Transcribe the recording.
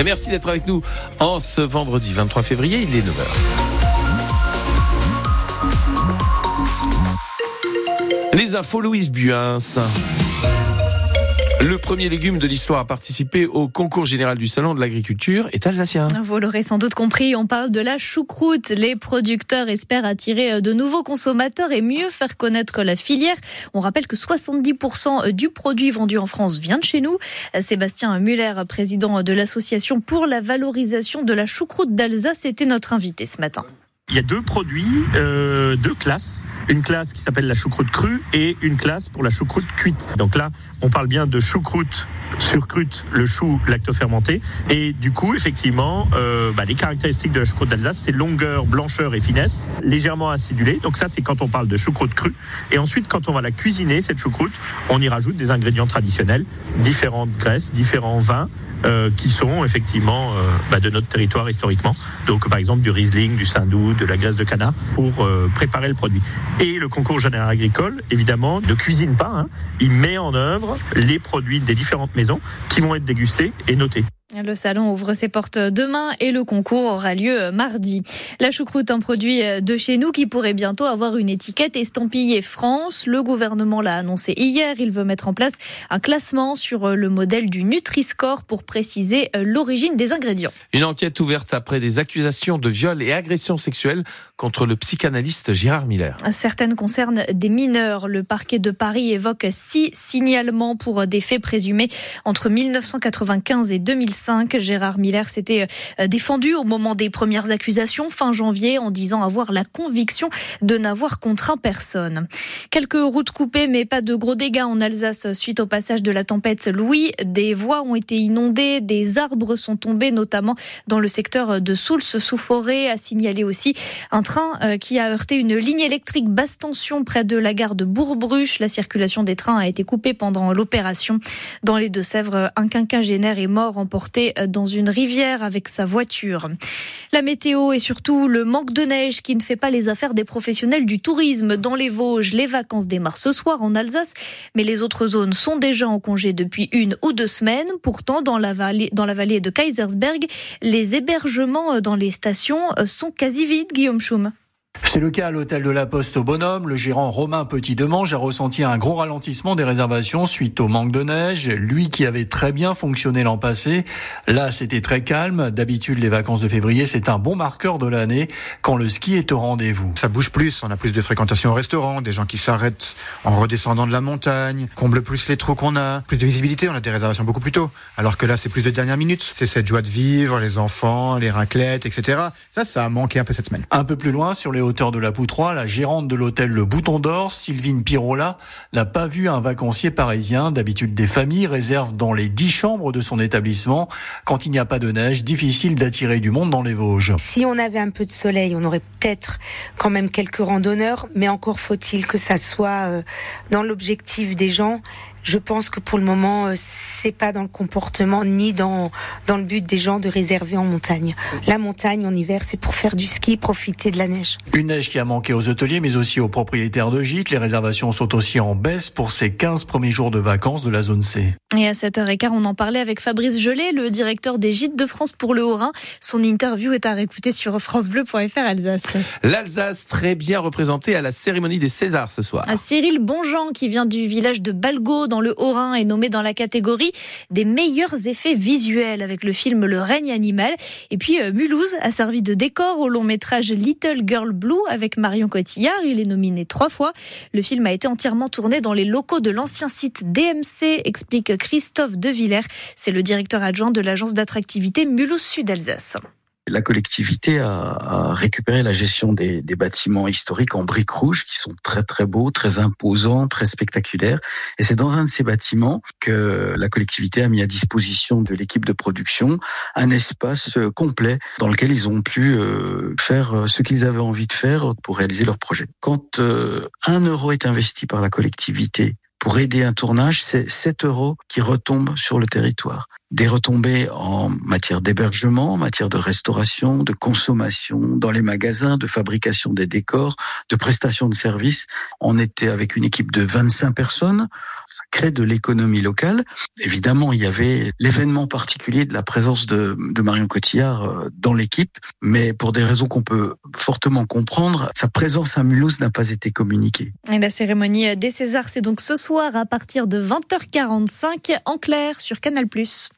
merci d'être avec nous en ce vendredi 23 février, il est 9h. Les infos, Louise Buins. Le premier légume de l'histoire à participer au concours général du Salon de l'Agriculture est alsacien. Vous l'aurez sans doute compris, on parle de la choucroute. Les producteurs espèrent attirer de nouveaux consommateurs et mieux faire connaître la filière. On rappelle que 70% du produit vendu en France vient de chez nous. Sébastien Muller, président de l'association pour la valorisation de la choucroute d'Alsace, était notre invité ce matin. Il y a deux produits, deux classes. Une classe qui s'appelle la choucroute crue et une classe pour la choucroute cuite. Donc là, on parle bien de choucroute surcrute, le chou lactofermenté. Et du coup, effectivement, les caractéristiques de la choucroute d'Alsace, c'est longueur, blancheur et finesse, légèrement acidulée. Donc ça, c'est quand on parle de choucroute crue. Et ensuite, quand on va la cuisiner, cette choucroute, on y rajoute des ingrédients traditionnels, différentes graisses, différents vins, qui sont effectivement de notre territoire historiquement. Donc par exemple du Riesling, du Saindoux, de la graisse de canard pour préparer le produit. Et le concours général agricole, évidemment, ne cuisine pas. Il met en œuvre les produits des différentes maisons qui vont être dégustés et notés. Le salon ouvre ses portes demain et le concours aura lieu mardi. La choucroute, un produit de chez nous qui pourrait bientôt avoir une étiquette estampillée France. Le gouvernement l'a annoncé hier. Il veut mettre en place un classement sur le modèle du Nutri-Score pour préciser l'origine des ingrédients. Une enquête ouverte après des accusations de viol et agressions sexuelles contre le psychanalyste Gérard Miller. Certaines concernent des mineurs. Le parquet de Paris évoque 6 signalements pour des faits présumés entre 1995 et 2005. Gérard Miller s'était défendu au moment des premières accusations fin janvier en disant avoir la conviction de n'avoir contraint personne. Quelques routes coupées mais pas de gros dégâts en Alsace suite au passage de la tempête Louis. Des voies ont été inondées, des arbres sont tombés notamment dans le secteur de Soultz-sous-Forêt. A signalé aussi un train qui a heurté une ligne électrique basse tension près de la gare de Bourg-Bruche. La circulation des trains a été coupée pendant l'opération. Dans les Deux-Sèvres, un quinquagénaire est mort emporté dans une rivière avec sa voiture. La météo et surtout le manque de neige qui ne fait pas les affaires des professionnels du tourisme. Dans les Vosges, les vacances démarrent ce soir en Alsace, mais les autres zones sont déjà en congé depuis 1 ou 2 semaines. Pourtant, dans la vallée de Kaysersberg, les hébergements dans les stations sont quasi vides, Guillaume Schum. C'est le cas à l'hôtel de la Poste au Bonhomme. Le gérant Romain Petit-Demange a ressenti un gros ralentissement des réservations suite au manque de neige. Lui qui avait très bien fonctionné l'an passé, là c'était très calme. D'habitude les vacances de février c'est un bon marqueur de l'année quand le ski est au rendez-vous. Ça bouge plus, on a plus de fréquentation au restaurant, des gens qui s'arrêtent en redescendant de la montagne, comble plus les trous qu'on a, plus de visibilité, on a des réservations beaucoup plus tôt. Alors que là c'est plus de dernière minute. C'est cette joie de vivre, les enfants, les raclettes, etc. Ça a manqué un peu cette semaine. Un peu plus loin sur les hauteur de la Poutroie, la gérante de l'hôtel Le Bouton d'Or, Sylvine Pirola, n'a pas vu un vacancier parisien. D'habitude, des familles réservent dans les 10 chambres de son établissement. Quand il n'y a pas de neige, difficile d'attirer du monde dans les Vosges. Si on avait un peu de soleil, on aurait peut-être quand même quelques randonneurs, mais encore faut-il que ça soit dans l'objectif des gens. Je pense que pour le moment, c'est pas dans le comportement ni dans le but des gens de réserver en montagne. La montagne en hiver, c'est pour faire du ski, profiter de la neige. Une neige qui a manqué aux hôteliers, mais aussi aux propriétaires de gîtes. Les réservations sont aussi en baisse pour ces 15 premiers jours de vacances de la zone C. Et à 7h15, on en parlait avec Fabrice Gelé, le directeur des Gîtes de France pour le Haut-Rhin. Son interview est à réécouter sur francebleu.fr Alsace. L'Alsace très bien représentée à la cérémonie des Césars ce soir. Cyril Bonjean, qui vient du village de Balgo dans le Haut-Rhin, est nommé dans la catégorie des meilleurs effets visuels avec le film Le règne animal. Et puis Mulhouse a servi de décor au long métrage Little Girl Blue avec Marion Cotillard. Il est nominé 3 fois. Le film a été entièrement tourné dans les locaux de l'ancien site DMC, explique Christophe Devillers. C'est le directeur adjoint de l'agence d'attractivité Mulhouse Sud Alsace. La collectivité a récupéré la gestion des bâtiments historiques en briques rouges qui sont très très beaux, très imposants, très spectaculaires. Et c'est dans un de ces bâtiments que la collectivité a mis à disposition de l'équipe de production un espace complet dans lequel ils ont pu faire ce qu'ils avaient envie de faire pour réaliser leur projet. Quand 1 euro est investi par la collectivité pour aider un tournage, c'est 7 euros qui retombent sur le territoire. des retombées en matière d'hébergement, en matière de restauration, de consommation, dans les magasins, de fabrication des décors, de prestation de services. On était avec une équipe de 25 personnes. Ça crée de l'économie locale. Évidemment, il y avait l'événement particulier de la présence de Marion Cotillard dans l'équipe, mais pour des raisons qu'on peut fortement comprendre, sa présence à Mulhouse n'a pas été communiquée. Et la cérémonie des Césars, c'est donc ce soir à partir de 20h45 en clair sur Canal+.